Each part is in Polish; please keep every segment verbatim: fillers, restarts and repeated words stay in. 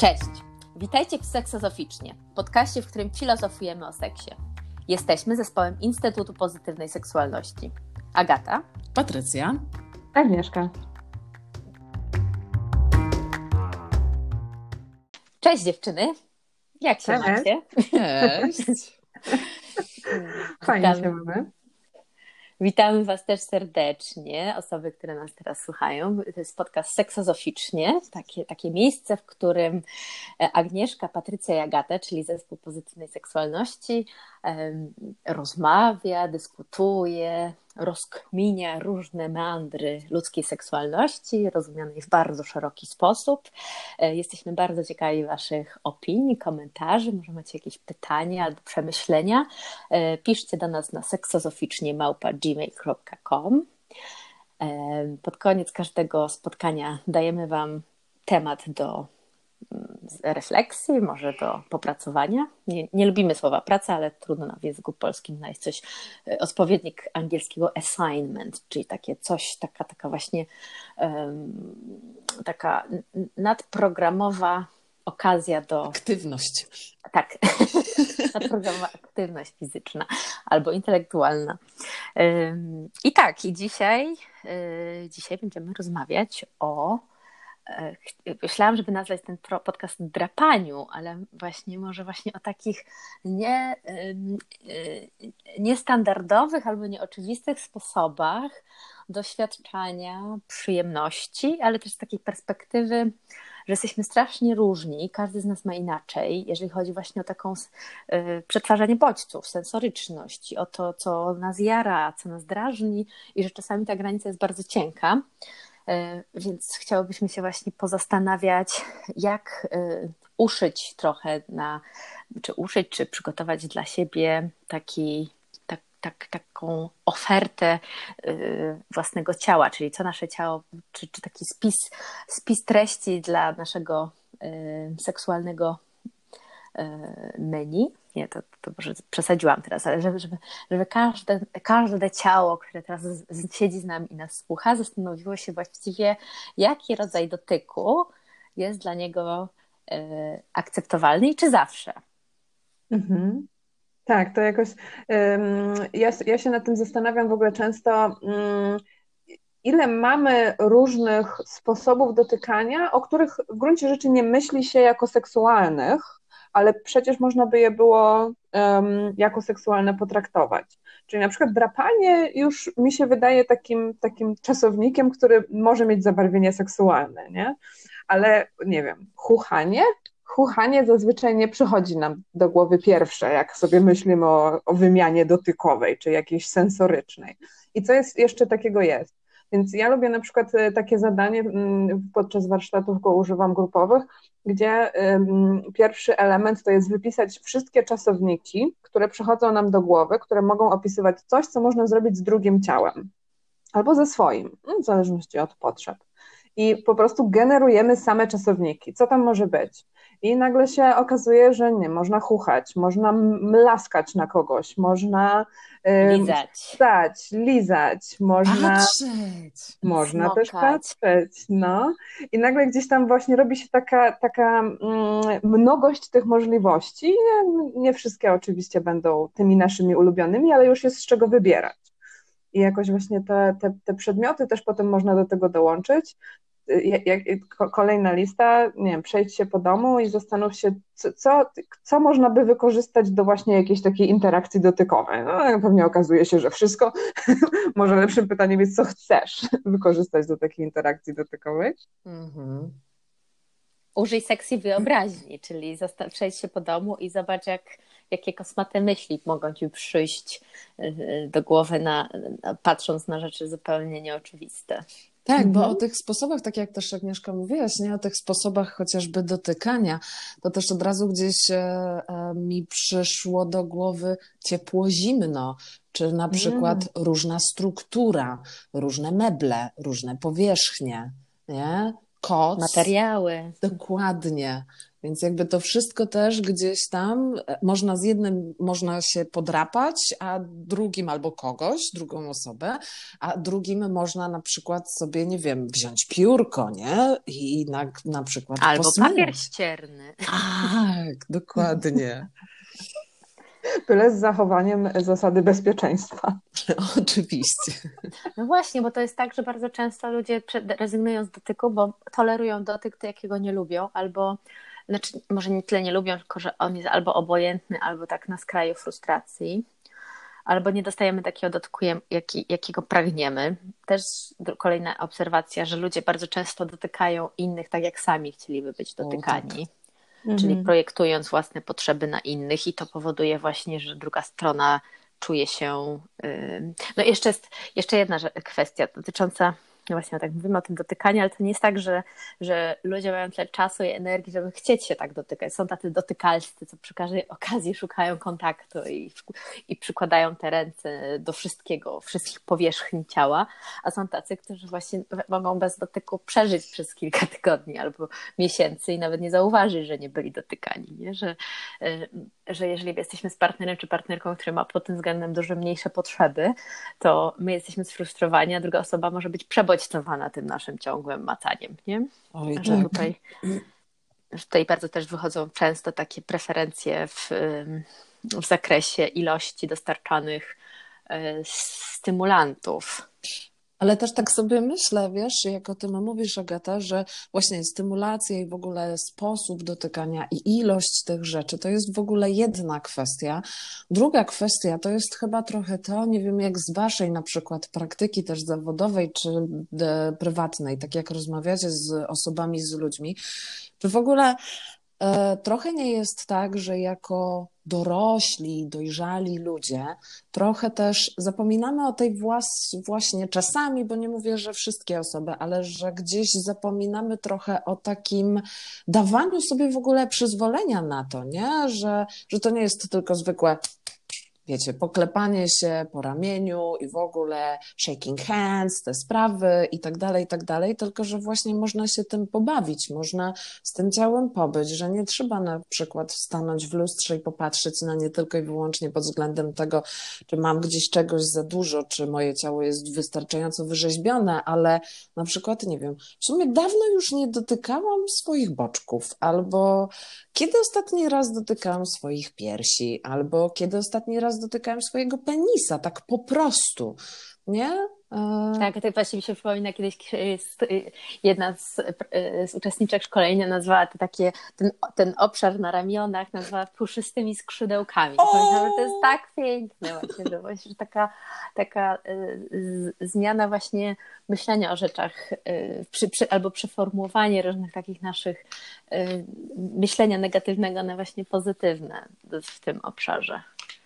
Cześć! Witajcie w Seksozoficznie, podcaście, w którym filozofujemy o seksie. Jesteśmy zespołem Instytutu Pozytywnej Seksualności. Agata, Patrycja, Agnieszka. Cześć dziewczyny! Jak się Cześć. macie? cześć. Fajnie Witamy. się mamy. Witamy Was też serdecznie, osoby, które nas teraz słuchają. To jest podcast Seksozoficznie, takie, takie miejsce, w którym Agnieszka, Patrycja i Agata, czyli zespół pozytywnej seksualności, em, rozmawia, dyskutuje, rozkminia różne meandry ludzkiej seksualności, rozumianej w bardzo szeroki sposób. E, Jesteśmy bardzo ciekawi Waszych opinii, komentarzy, może macie jakieś pytania albo przemyślenia. E, Piszcie do nas na seksozoficznie małpa gmail kropka com. E, Pod koniec każdego spotkania dajemy Wam temat do refleksji, może do popracowania. Nie, nie lubimy słowa praca, ale trudno na w języku polskim znaleźć coś, odpowiednik angielskiego assignment, czyli takie coś, taka, taka właśnie um, taka nadprogramowa okazja do... Aktywność. Tak, nadprogramowa aktywność fizyczna albo intelektualna. Um, I tak, i dzisiaj, y, dzisiaj będziemy rozmawiać o Myślałam, żeby nazwać ten podcast drapaniu, ale właśnie może właśnie o takich nie, niestandardowych albo nieoczywistych sposobach doświadczania przyjemności, ale też z takiej perspektywy, że jesteśmy strasznie różni, każdy z nas ma inaczej, jeżeli chodzi właśnie o taką przetwarzanie bodźców, sensoryczność, o to, co nas jara, co nas drażni i że czasami ta granica jest bardzo cienka. Więc chciałobyśmy się właśnie pozastanawiać, jak uszyć trochę na, czy uszyć, czy przygotować dla siebie taki, tak, tak, taką ofertę własnego ciała, czyli co nasze ciało, czy, czy taki spis, spis treści dla naszego seksualnego menu. Nie, to, to może przesadziłam teraz, ale żeby, żeby, żeby każde, każde ciało, które teraz z, siedzi z nami i nas słucha, zastanowiło się właściwie, jaki rodzaj dotyku jest dla niego y, akceptowalny i czy zawsze. Mhm. Tak, to jakoś ym, ja, ja się nad tym zastanawiam w ogóle często, ym, ile mamy różnych sposobów dotykania, o których w gruncie rzeczy nie myśli się jako seksualnych, ale przecież można by je było um, jako seksualne potraktować. Czyli na przykład drapanie już mi się wydaje takim, takim czasownikiem, który może mieć zabarwienie seksualne, nie? Ale nie wiem, chuchanie? Chuchanie zazwyczaj nie przychodzi nam do głowy pierwsze, jak sobie myślimy o, o wymianie dotykowej, czy jakiejś sensorycznej. I co jest jeszcze takiego jest? Więc ja lubię na przykład takie zadanie, podczas warsztatów go używam grupowych, gdzie pierwszy element to jest wypisać wszystkie czasowniki, które przychodzą nam do głowy, które mogą opisywać coś, co można zrobić z drugim ciałem albo ze swoim, w zależności od potrzeb. I po prostu generujemy same czasowniki. Co tam może być? I nagle się okazuje, że nie, można chuchać, można mlaskać na kogoś, można Lizać. stać, lizać, można Patrzeć. Można Smokać. też patrzeć, no. I nagle gdzieś tam właśnie robi się taka, taka mm, mnogość tych możliwości. Nie, nie wszystkie oczywiście będą tymi naszymi ulubionymi, ale już jest z czego wybierać. I jakoś właśnie te, te, te przedmioty też potem można do tego dołączyć. Jak, jak, kolejna lista, nie wiem, przejdź się po domu i zastanów się, co, co, co można by wykorzystać do właśnie jakiejś takiej interakcji dotykowej. No, pewnie okazuje się, że wszystko. Może lepszym pytaniem jest, co chcesz wykorzystać do takiej interakcji dotykowej. Mhm. Użyj sekcji wyobraźni, czyli zasta- przejdź się po domu i zobacz, jak, jakie kosmate myśli mogą ci przyjść do głowy, na, na, patrząc na rzeczy zupełnie nieoczywiste. Tak, Mhm. bo o tych sposobach, tak jak też Agnieszka mówiłaś, nie, o tych sposobach chociażby dotykania, to też od razu gdzieś e, e, mi przyszło do głowy ciepło-zimno, czy na przykład Mm. różna struktura, różne meble, różne powierzchnie, nie? Koc. Materiały. Dokładnie. Więc jakby to wszystko też gdzieś tam, można z jednym, można się podrapać, a drugim albo kogoś, drugą osobę, a drugim można na przykład sobie, nie wiem, wziąć piórko, nie? I na, na przykład Albo papier posmyrać. ścierny. Tak, dokładnie. Tyle z zachowaniem zasady bezpieczeństwa. Oczywiście. No właśnie, bo to jest tak, że bardzo często ludzie rezygnują z dotyku, bo tolerują dotyk, jakiego nie lubią, albo znaczy może nie tyle nie lubią, tylko że on jest albo obojętny, albo tak na skraju frustracji, albo nie dostajemy takiego dotyku, jaki, jakiego pragniemy. Też kolejna obserwacja, że ludzie bardzo często dotykają innych tak, jak sami chcieliby być dotykani. O, tak. Czyli Mhm. projektując własne potrzeby na innych i to powoduje właśnie, że druga strona czuje się... Yy... No jeszcze jest jeszcze jedna kwestia dotycząca, no właśnie tak mówimy o tym dotykaniu, ale to nie jest tak, że, że ludzie mają tyle czasu i energii, żeby chcieć się tak dotykać. Są tacy dotykalscy, co przy każdej okazji szukają kontaktu i, i przykładają te ręce do wszystkiego, wszystkich powierzchni ciała, a są tacy, którzy właśnie mogą bez dotyku przeżyć przez kilka tygodni albo miesięcy i nawet nie zauważyć, że nie byli dotykani, nie? Że, że jeżeli jesteśmy z partnerem czy partnerką, który ma pod tym względem dużo mniejsze potrzeby, to my jesteśmy sfrustrowani, a druga osoba może być przebodźcowana tym naszym ciągłym macaniem, nie? Oj, Że tak. tutaj, tutaj bardzo też wychodzą często takie preferencje w, w zakresie ilości dostarczanych stymulantów. Ale też tak sobie myślę, wiesz, jak o tym mówisz, Agata, że właśnie stymulacja i w ogóle sposób dotykania i ilość tych rzeczy to jest w ogóle jedna kwestia. Druga kwestia to jest chyba trochę to, nie wiem jak z waszej na przykład praktyki też zawodowej czy de, prywatnej, tak jak rozmawiacie z osobami, z ludźmi, czy w ogóle e, trochę nie jest tak, że jako dorośli, dojrzali ludzie, trochę też zapominamy o tej włas, właśnie czasami, bo nie mówię, że wszystkie osoby, ale że gdzieś zapominamy trochę o takim dawaniu sobie w ogóle przyzwolenia na to, nie? Że, że to nie jest tylko zwykłe, wiecie, poklepanie się po ramieniu i w ogóle shaking hands, te sprawy i tak dalej, i tak dalej, tylko że właśnie można się tym pobawić, można z tym ciałem pobyć, że nie trzeba na przykład stanąć w lustrze i popatrzeć na nie tylko i wyłącznie pod względem tego, czy mam gdzieś czegoś za dużo, czy moje ciało jest wystarczająco wyrzeźbione, ale na przykład, nie wiem, w sumie dawno już nie dotykałam swoich boczków, albo kiedy ostatni raz dotykałam swoich piersi, albo kiedy ostatni raz dotykałem swojego penisa, tak po prostu, nie? Tak, to właśnie mi się przypomina kiedyś jedna z, z uczestniczek szkolenia nazwała to takie, ten, ten obszar na ramionach nazwała puszystymi skrzydełkami. Pamiętam, że to jest tak piękne właśnie, że właśnie taka, taka z, zmiana właśnie myślenia o rzeczach przy, przy, albo przeformułowanie różnych takich naszych myślenia negatywnego na właśnie pozytywne w tym obszarze.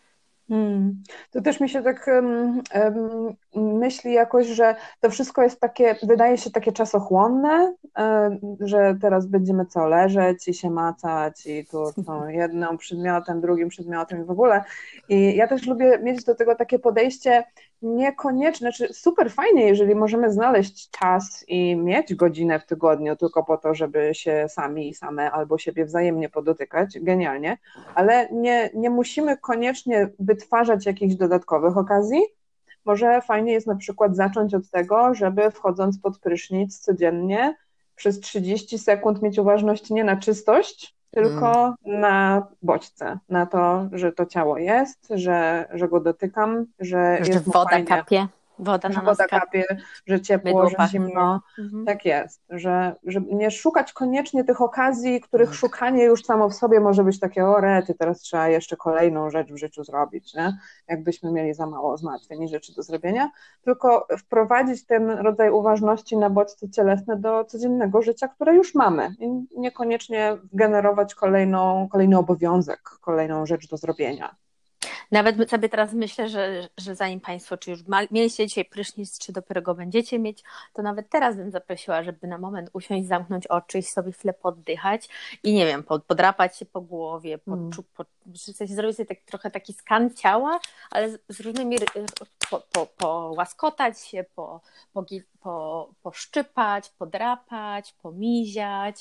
Hmm. To też mi się tak um, um, myśli jakoś, że to wszystko jest takie, wydaje się takie czasochłonne, um, że teraz będziemy co, leżeć i się macać i tu co, jednym przedmiotem, drugim przedmiotem i w ogóle. I ja też lubię mieć do tego takie podejście niekonieczne, czy super fajnie, jeżeli możemy znaleźć czas i mieć godzinę w tygodniu tylko po to, żeby się sami i same albo siebie wzajemnie podotykać, genialnie, ale nie, nie musimy koniecznie wytwarzać jakichś dodatkowych okazji. Może fajnie jest na przykład zacząć od tego, żeby wchodząc pod prysznic codziennie przez trzydzieści sekund mieć uważność nie na czystość, tylko mm. na bodźce, na to, że to ciało jest, że, że go dotykam, że, że jest mu woda fajnie. kapie. Woda że na nas woda kapie, że ciepło, że zimno. Mhm. Tak jest, że, że nie szukać koniecznie tych okazji, których tak. szukanie już samo w sobie może być takie, o rety, teraz trzeba jeszcze kolejną rzecz w życiu zrobić, nie? Jakbyśmy mieli za mało zmartwień i rzeczy do zrobienia, tylko wprowadzić ten rodzaj uważności na bodźce cielesne do codziennego życia, które już mamy i niekoniecznie generować kolejną, kolejny obowiązek, kolejną rzecz do zrobienia. Nawet sobie teraz myślę, że, że zanim Państwo, czy już mieliście dzisiaj prysznic, czy dopiero go będziecie mieć, to nawet teraz bym zaprosiła, żeby na moment usiąść, zamknąć oczy i sobie chwilę poddychać i nie wiem, pod, podrapać się po głowie, podczu, pod, zrobić sobie tak, trochę taki skan ciała, ale z, z różnymi, po, po, połaskotać się, po, po, po, poszczypać, podrapać, pomiziać,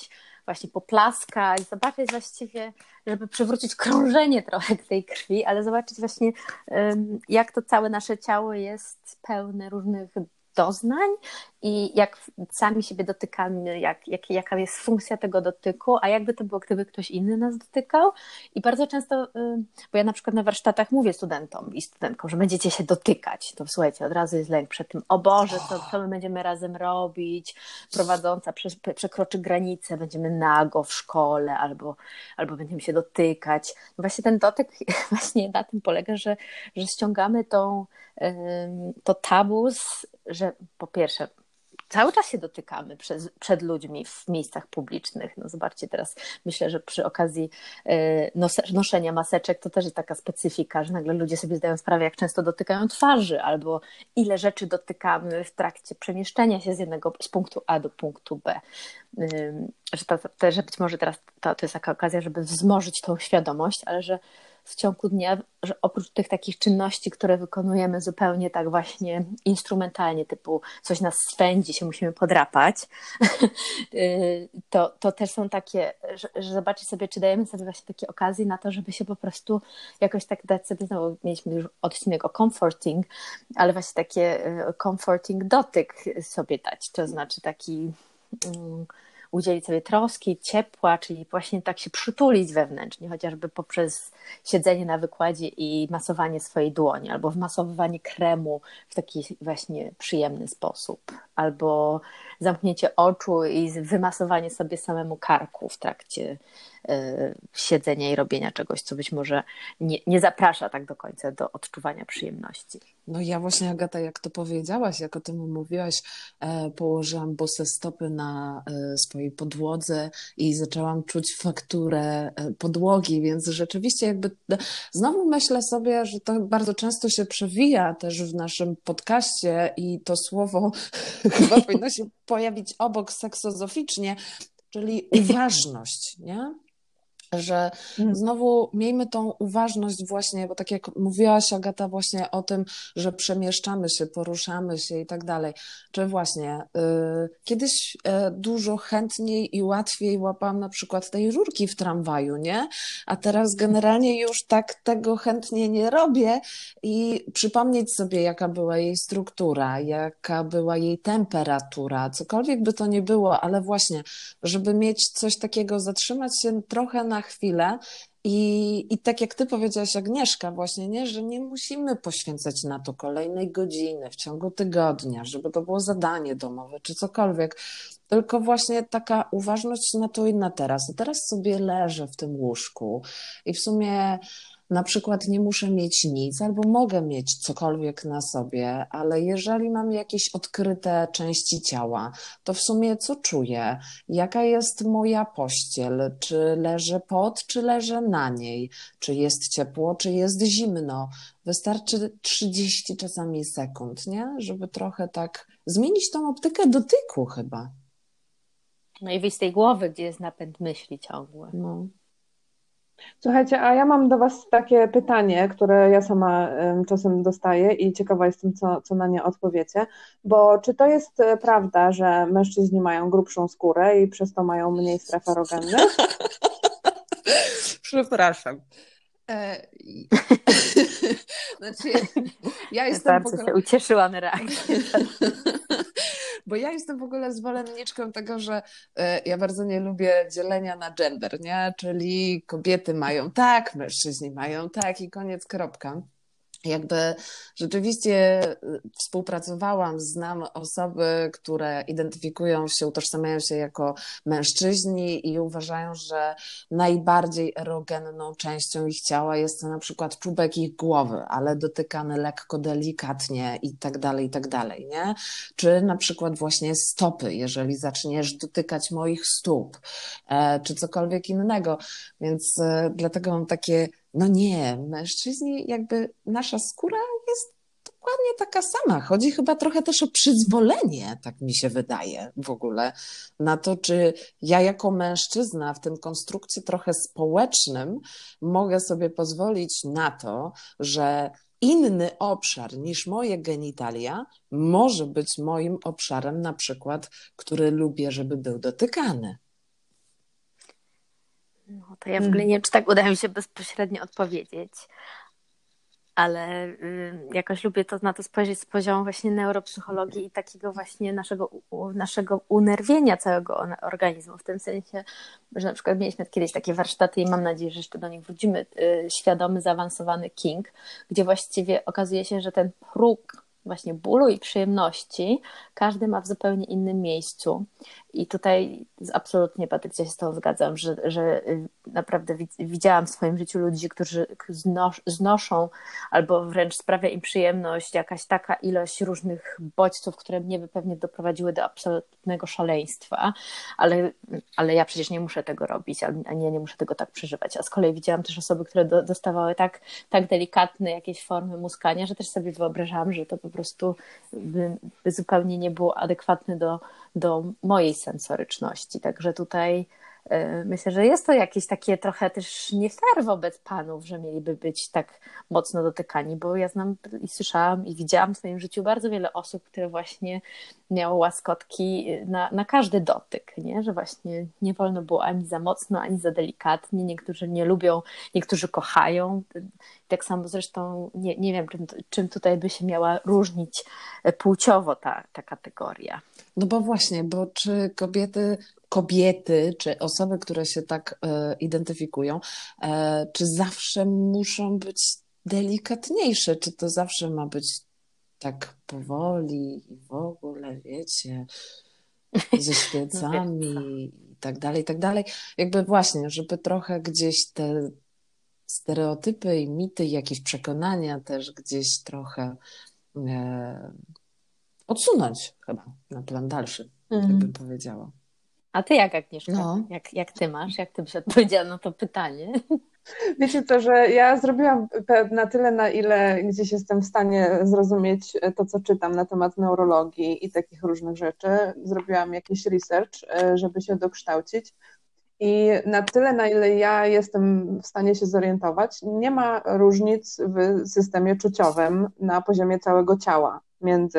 właśnie poplaskać, zobaczyć właściwie, żeby przywrócić krążenie trochę tej krwi, ale zobaczyć właśnie, jak to całe nasze ciało jest pełne różnych doznań i jak sami siebie dotykamy, jak, jak, jaka jest funkcja tego dotyku, a jakby to było, gdyby ktoś inny nas dotykał. I bardzo często, bo ja na przykład na warsztatach mówię studentom i studentkom, że będziecie się dotykać, to słuchajcie, od razu jest lęk przed tym, o Boże, co, co my będziemy razem robić, prowadząca prze, przekroczy granicę, będziemy nago w szkole, albo, albo będziemy się dotykać. No właśnie ten dotyk właśnie na tym polega, że, że ściągamy tą, to tabu, że po pierwsze cały czas się dotykamy przed, przed ludźmi w miejscach publicznych. No zobaczcie teraz, myślę, że przy okazji nos, noszenia maseczek to też jest taka specyfika, że nagle ludzie sobie zdają sprawę, jak często dotykają twarzy, albo ile rzeczy dotykamy w trakcie przemieszczenia się z jednego, z punktu A do punktu B. Że, to, to, że być może teraz to, to jest taka okazja, żeby wzmożyć tą świadomość, ale że w ciągu dnia, że oprócz tych takich czynności, które wykonujemy zupełnie tak właśnie instrumentalnie, typu coś nas swędzi, się musimy podrapać, to, to też są takie, że, że zobaczyć sobie, czy dajemy sobie właśnie takie okazje na to, żeby się po prostu jakoś tak dać sobie, znowu mieliśmy już odcinek o comforting, ale właśnie takie comforting dotyk sobie dać, to znaczy taki... Um, udzielić sobie troski, ciepła, czyli właśnie tak się przytulić wewnętrznie, chociażby poprzez siedzenie na wykładzie i masowanie swojej dłoni, albo wmasowywanie kremu w taki właśnie przyjemny sposób, albo zamknięcie oczu i wymasowanie sobie samemu karku w trakcie y, siedzenia i robienia czegoś, co być może nie, nie zaprasza tak do końca do odczuwania przyjemności. No ja właśnie, Agata, jak to powiedziałaś, jak o tym mówiłaś, e, położyłam bose stopy na e, swojej podłodze i zaczęłam czuć fakturę e, podłogi, więc rzeczywiście jakby e, znowu myślę sobie, że to bardzo często się przewija też w naszym podcaście i to słowo chyba powinno się pojawić obok seksozoficznie, czyli uważność, nie? Że znowu miejmy tą uważność właśnie, bo tak jak mówiłaś, Agata, właśnie o tym, że przemieszczamy się, poruszamy się i tak dalej, czy właśnie y, kiedyś y, dużo chętniej i łatwiej łapałam na przykład tej rurki w tramwaju, nie? A teraz generalnie już tak tego chętnie nie robię i przypomnieć sobie, jaka była jej struktura, jaka była jej temperatura, cokolwiek by to nie było, ale właśnie, żeby mieć coś takiego, zatrzymać się trochę na chwilę i, i tak jak ty powiedziałaś, Agnieszka, właśnie, nie, że nie musimy poświęcać na to kolejnej godziny w ciągu tygodnia, żeby to było zadanie domowe czy cokolwiek, tylko właśnie taka uważność na to i na teraz. A teraz sobie leżę w tym łóżku i w sumie na przykład nie muszę mieć nic, albo mogę mieć cokolwiek na sobie, ale jeżeli mam jakieś odkryte części ciała, to w sumie co czuję? Jaka jest moja pościel? Czy leżę pod, czy leżę na niej? Czy jest ciepło, czy jest zimno? Wystarczy trzydzieści czasami sekund, nie? Żeby trochę tak zmienić tą optykę dotyku chyba. No i wyjść z tej głowy, gdzie jest napęd myśli ciągły. No. Słuchajcie, a ja mam do Was takie pytanie, które ja sama czasem dostaję i ciekawa jestem, co, co na nie odpowiecie, bo czy to jest prawda, że mężczyźni mają grubszą skórę i przez to mają mniej stref erogennych? Przepraszam. E... znaczy, ja jestem Bardzo w ogóle... się ucieszyłam na reakcję. Bo ja jestem w ogóle zwolenniczką tego, że ja bardzo nie lubię dzielenia na gender, nie? Czyli kobiety mają tak, mężczyźni mają tak i koniec, kropka. Jakby rzeczywiście współpracowałam, znam osoby, które identyfikują się, utożsamiają się jako mężczyźni i uważają, że najbardziej erogenną częścią ich ciała jest to na przykład czubek ich głowy, ale dotykany lekko, delikatnie i tak dalej, i tak dalej, nie? Czy na przykład właśnie stopy, jeżeli zaczniesz dotykać moich stóp, czy cokolwiek innego. Więc dlatego mam takie no nie, mężczyźni, jakby nasza skóra jest dokładnie taka sama. Chodzi chyba trochę też o przyzwolenie, tak mi się wydaje w ogóle, na to, czy ja jako mężczyzna w tym konstrukcie trochę społecznym mogę sobie pozwolić na to, że inny obszar niż moje genitalia może być moim obszarem na przykład, który lubię, żeby był dotykany. No to ja w ogóle nie wiem, czy tak uda mi się bezpośrednio odpowiedzieć, ale y, jakoś lubię to na to spojrzeć z poziomu właśnie neuropsychologii i takiego właśnie naszego, u, naszego unerwienia całego organizmu, w tym sensie, że na przykład mieliśmy kiedyś takie warsztaty i mam nadzieję, że jeszcze do nich wrócimy, y, świadomy, zaawansowany King, gdzie właściwie okazuje się, że ten próg właśnie bólu i przyjemności każdy ma w zupełnie innym miejscu. I tutaj absolutnie, Patrycja, się z tą zgadzam, że, że naprawdę widziałam w swoim życiu ludzi, którzy znos, znoszą albo wręcz sprawia im przyjemność jakaś taka ilość różnych bodźców, które mnie by pewnie doprowadziły do absolutnego szaleństwa, ale, ale ja przecież nie muszę tego robić, a nie, nie muszę tego tak przeżywać. A z kolei widziałam też osoby, które do, dostawały tak, tak delikatne jakieś formy muskania, że też sobie wyobrażałam, że to po prostu by, by zupełnie nie było adekwatne do, do mojej sensoryczności. Także tutaj y, myślę, że jest to jakieś takie trochę też nie fair wobec panów, że mieliby być tak mocno dotykani, bo ja znam i słyszałam i widziałam w swoim życiu bardzo wiele osób, które właśnie miało łaskotki na, na każdy dotyk, nie? Że właśnie nie wolno było ani za mocno, ani za delikatnie. Niektórzy nie lubią, niektórzy kochają. Tak samo zresztą nie, nie wiem, czym, czym tutaj by się miała różnić płciowo ta, ta kategoria. No bo właśnie, bo czy kobiety, kobiety, czy osoby, które się tak e, identyfikują, e, czy zawsze muszą być delikatniejsze? Czy to zawsze ma być tak powoli i w ogóle, wiecie, ze świecami No i tak dalej, i tak dalej. Jakby właśnie, żeby trochę gdzieś te stereotypy i mity, jakieś przekonania też gdzieś trochę e, odsunąć chyba na plan dalszy, Mhm. tak bym powiedziała. A ty jak, Agnieszka? No. Jak, jak ty masz? Jak ty byś odpowiedziała na to pytanie? Wiecie co, że ja zrobiłam na tyle, na ile gdzieś jestem w stanie zrozumieć to, co czytam na temat neurologii i takich różnych rzeczy. Zrobiłam jakiś research, żeby się dokształcić. I na tyle, na ile ja jestem w stanie się zorientować, nie ma różnic w systemie czuciowym na poziomie całego ciała między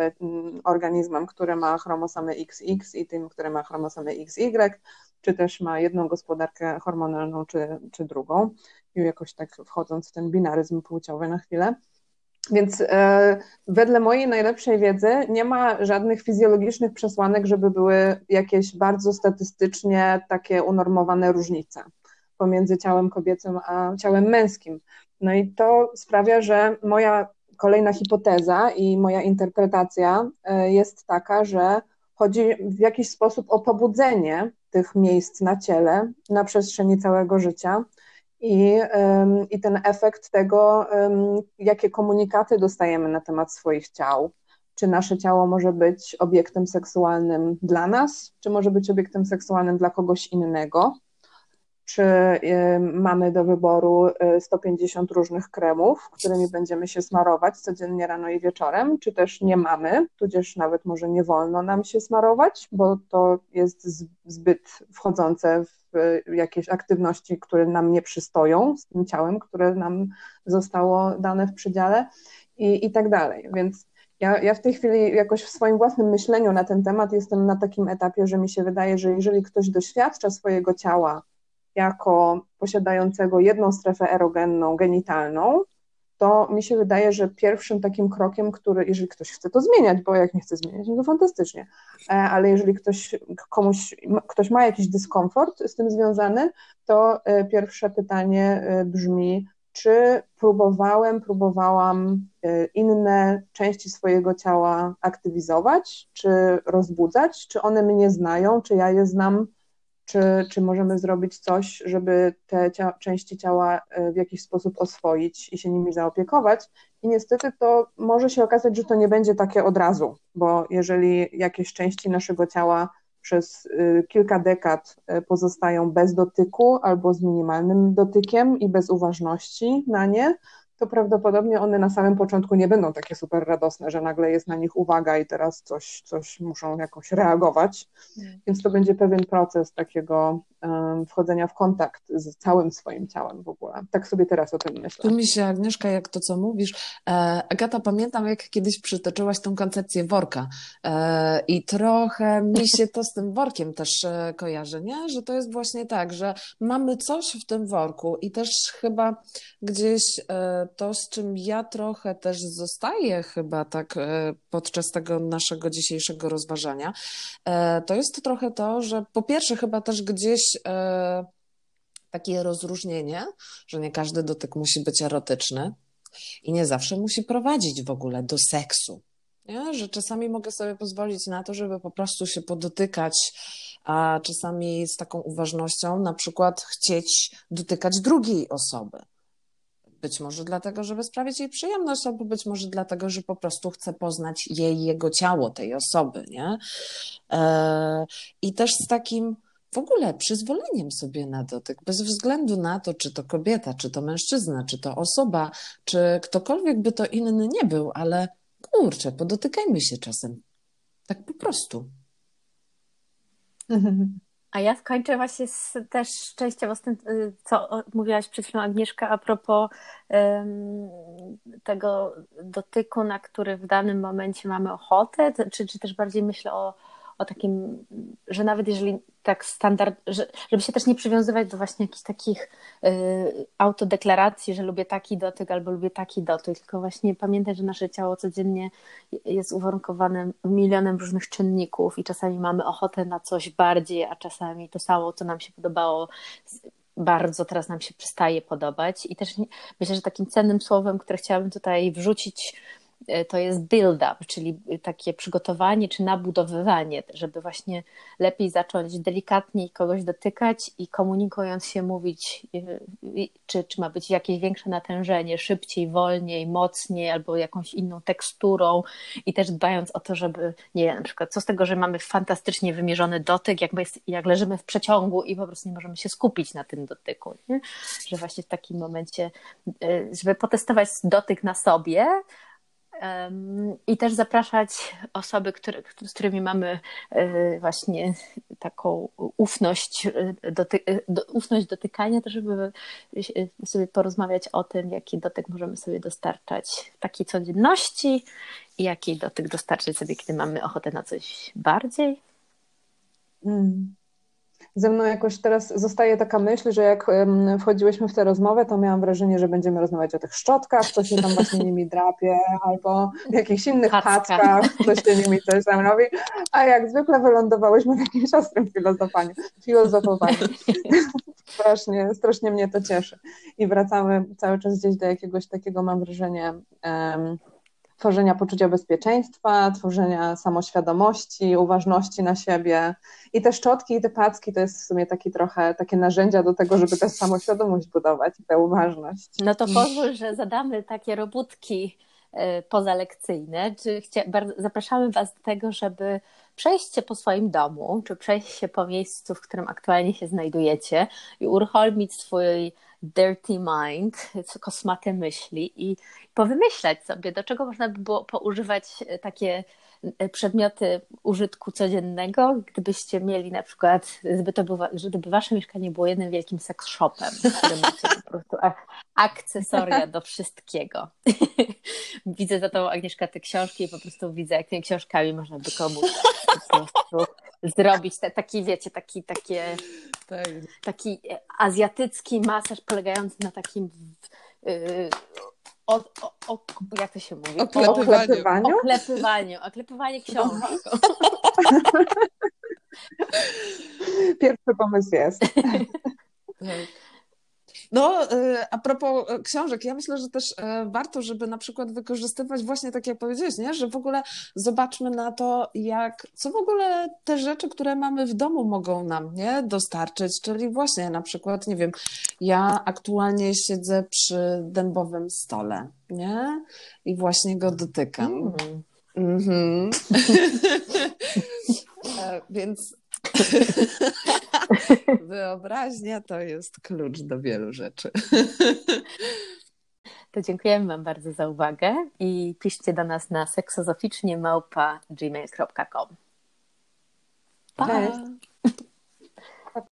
organizmem, który ma chromosomy X X i tym, który ma chromosomy X Y, czy też ma jedną gospodarkę hormonalną, czy, czy drugą, i jakoś tak wchodząc w ten binaryzm płciowy na chwilę. Więc e, wedle mojej najlepszej wiedzy nie ma żadnych fizjologicznych przesłanek, żeby były jakieś bardzo statystycznie takie unormowane różnice pomiędzy ciałem kobiecym a ciałem męskim. No i to sprawia, że moja kolejna hipoteza i moja interpretacja e, jest taka, że chodzi w jakiś sposób o pobudzenie tych miejsc na ciele na przestrzeni całego życia. I, I ten efekt tego, jakie komunikaty dostajemy na temat swoich ciał. Czy nasze ciało może być obiektem seksualnym dla nas, czy może być obiektem seksualnym dla kogoś innego? Czy mamy do wyboru sto pięćdziesiąt różnych kremów, którymi będziemy się smarować codziennie rano i wieczorem, czy też nie mamy, tudzież nawet może nie wolno nam się smarować, bo to jest zbyt wchodzące w jakieś aktywności, które nam nie przystoją z tym ciałem, które nam zostało dane w przydziale i, i tak dalej. Więc ja, ja w tej chwili jakoś w swoim własnym myśleniu na ten temat jestem na takim etapie, że mi się wydaje, że jeżeli ktoś doświadcza swojego ciała jako posiadającego jedną strefę erogenną, genitalną, to mi się wydaje, że pierwszym takim krokiem, który, jeżeli ktoś chce to zmieniać, bo jak nie chce zmieniać, no to fantastycznie, ale jeżeli ktoś, komuś, ktoś ma jakiś dyskomfort z tym związany, to pierwsze pytanie brzmi, czy próbowałem, próbowałam inne części swojego ciała aktywizować, czy rozbudzać, czy one mnie znają, czy ja je znam, Czy, czy możemy zrobić coś, żeby te cia- części ciała w jakiś sposób oswoić i się nimi zaopiekować. I niestety to może się okazać, że to nie będzie takie od razu, bo jeżeli jakieś części naszego ciała przez kilka dekad pozostają bez dotyku albo z minimalnym dotykiem i bez uważności na nie, to prawdopodobnie one na samym początku nie będą takie super radosne, że nagle jest na nich uwaga i teraz coś, coś muszą jakoś reagować. Mm. Więc to będzie pewien proces takiego um, wchodzenia w kontakt z całym swoim ciałem w ogóle. Tak sobie teraz o tym myślę. Tu mi się, Agnieszka, jak to, co mówisz, e, Agata, pamiętam, jak kiedyś przytoczyłaś tą koncepcję worka e, i trochę mi się to z tym workiem też e, kojarzy, nie? Że to jest właśnie tak, że mamy coś w tym worku i też chyba gdzieś e, to, z czym ja trochę też zostaję chyba tak e, podczas tego naszego dzisiejszego rozważania, e, to jest trochę to, że po pierwsze chyba też gdzieś e, takie rozróżnienie, że nie każdy dotyk musi być erotyczny i nie zawsze musi prowadzić w ogóle do seksu. Nie? Że czasami mogę sobie pozwolić na to, żeby po prostu się podotykać, a czasami z taką uważnością na przykład chcieć dotykać drugiej osoby. Być może dlatego, żeby sprawić jej przyjemność, albo być może dlatego, że po prostu chcę poznać jej, jego ciało, tej osoby, nie? Eee, I też z takim w ogóle przyzwoleniem sobie na dotyk, bez względu na to, czy to kobieta, czy to mężczyzna, czy to osoba, czy ktokolwiek by to inny nie był, ale kurczę, podotykajmy się czasem. Tak po prostu. A ja skończę właśnie z, też częściowo z tym, co mówiłaś przed chwilą, Agnieszka, a propos um, tego dotyku, na który w danym momencie mamy ochotę, czy, czy też bardziej myślę o, o takim, że nawet jeżeli tak standard, że, żeby się też nie przywiązywać do właśnie jakichś takich y, autodeklaracji, że lubię taki dotyk albo lubię taki dotyk, tylko właśnie pamiętać, że nasze ciało codziennie jest uwarunkowane milionem różnych czynników i czasami mamy ochotę na coś bardziej, a czasami to samo, co nam się podobało bardzo, teraz nam się przestaje podobać. I też myślę, że takim cennym słowem, które chciałabym tutaj wrzucić, to jest build-up, czyli takie przygotowanie czy nabudowywanie, żeby właśnie lepiej zacząć delikatniej kogoś dotykać i komunikując się mówić, czy, czy ma być jakieś większe natężenie, szybciej, wolniej, mocniej albo jakąś inną teksturą i też dbając o to, żeby, nie wiem, na przykład co z tego, że mamy fantastycznie wymierzony dotyk, jak, jest, jak leżymy w przeciągu i po prostu nie możemy się skupić na tym dotyku, nie? Że właśnie w takim momencie, żeby potestować dotyk na sobie, i też zapraszać osoby, które, z którymi mamy właśnie taką ufność, doty, ufność dotykania, to żeby sobie porozmawiać o tym, jaki dotyk możemy sobie dostarczać w takiej codzienności i jaki dotyk dostarczyć sobie, kiedy mamy ochotę na coś bardziej. Mm. Ze mną jakoś teraz zostaje taka myśl, że jak wchodziłyśmy w tę rozmowę, to miałam wrażenie, że będziemy rozmawiać o tych szczotkach, kto się tam właśnie nimi drapie, albo w jakichś innych packach, kto się nimi coś tam robi, a jak zwykle wylądowałyśmy w jakimś ostrym filozofowaniu. filozofowaniu. strasznie, strasznie mnie to cieszy. I wracamy cały czas gdzieś do jakiegoś takiego, mam wrażenie, um, tworzenia poczucia bezpieczeństwa, tworzenia samoświadomości, uważności na siebie. I te szczotki i te packi to jest w sumie taki trochę takie narzędzia do tego, żeby tę samoświadomość budować i tę uważność. No to pozwól, że zadamy takie robótki pozalekcyjne. Czy chcia... Zapraszamy Was do tego, żeby przejść się po swoim domu, czy przejść się po miejscu, w którym aktualnie się znajdujecie i uruchomić swój dirty mind, kosmate myśli i powymyślać sobie, do czego można by było poużywać takie przedmioty użytku codziennego, gdybyście mieli na przykład, gdyby to było, gdyby wasze mieszkanie było jednym wielkim seks shopem, w którym macie po prostu akcesoria do wszystkiego. Widzę za tą, Agnieszka, te książki i po prostu widzę, jak tymi książkami można by komuś po prostu zrobić te, taki, wiecie, taki, takie, tak. taki azjatycki masaż polegający na takim yy, O, o, o, jak to się mówi? Oklepywaniu. Oklepywaniu. Oklepywanie książką. Pierwszy pomysł jest. No, a propos książek, ja myślę, że też warto, żeby na przykład wykorzystywać właśnie tak jak powiedziałeś, nie? Że w ogóle zobaczmy na to, jak, co w ogóle te rzeczy, które mamy w domu mogą nam, nie, dostarczyć, czyli właśnie na przykład, nie wiem, ja aktualnie siedzę przy dębowym stole, nie? I właśnie go dotykam. Mm. Mhm. Więc wyobraźnia to jest klucz do wielu rzeczy. To dziękujemy Wam bardzo za uwagę i piszcie do nas na seksozoficznie małpa gmail kropka com. Cześć!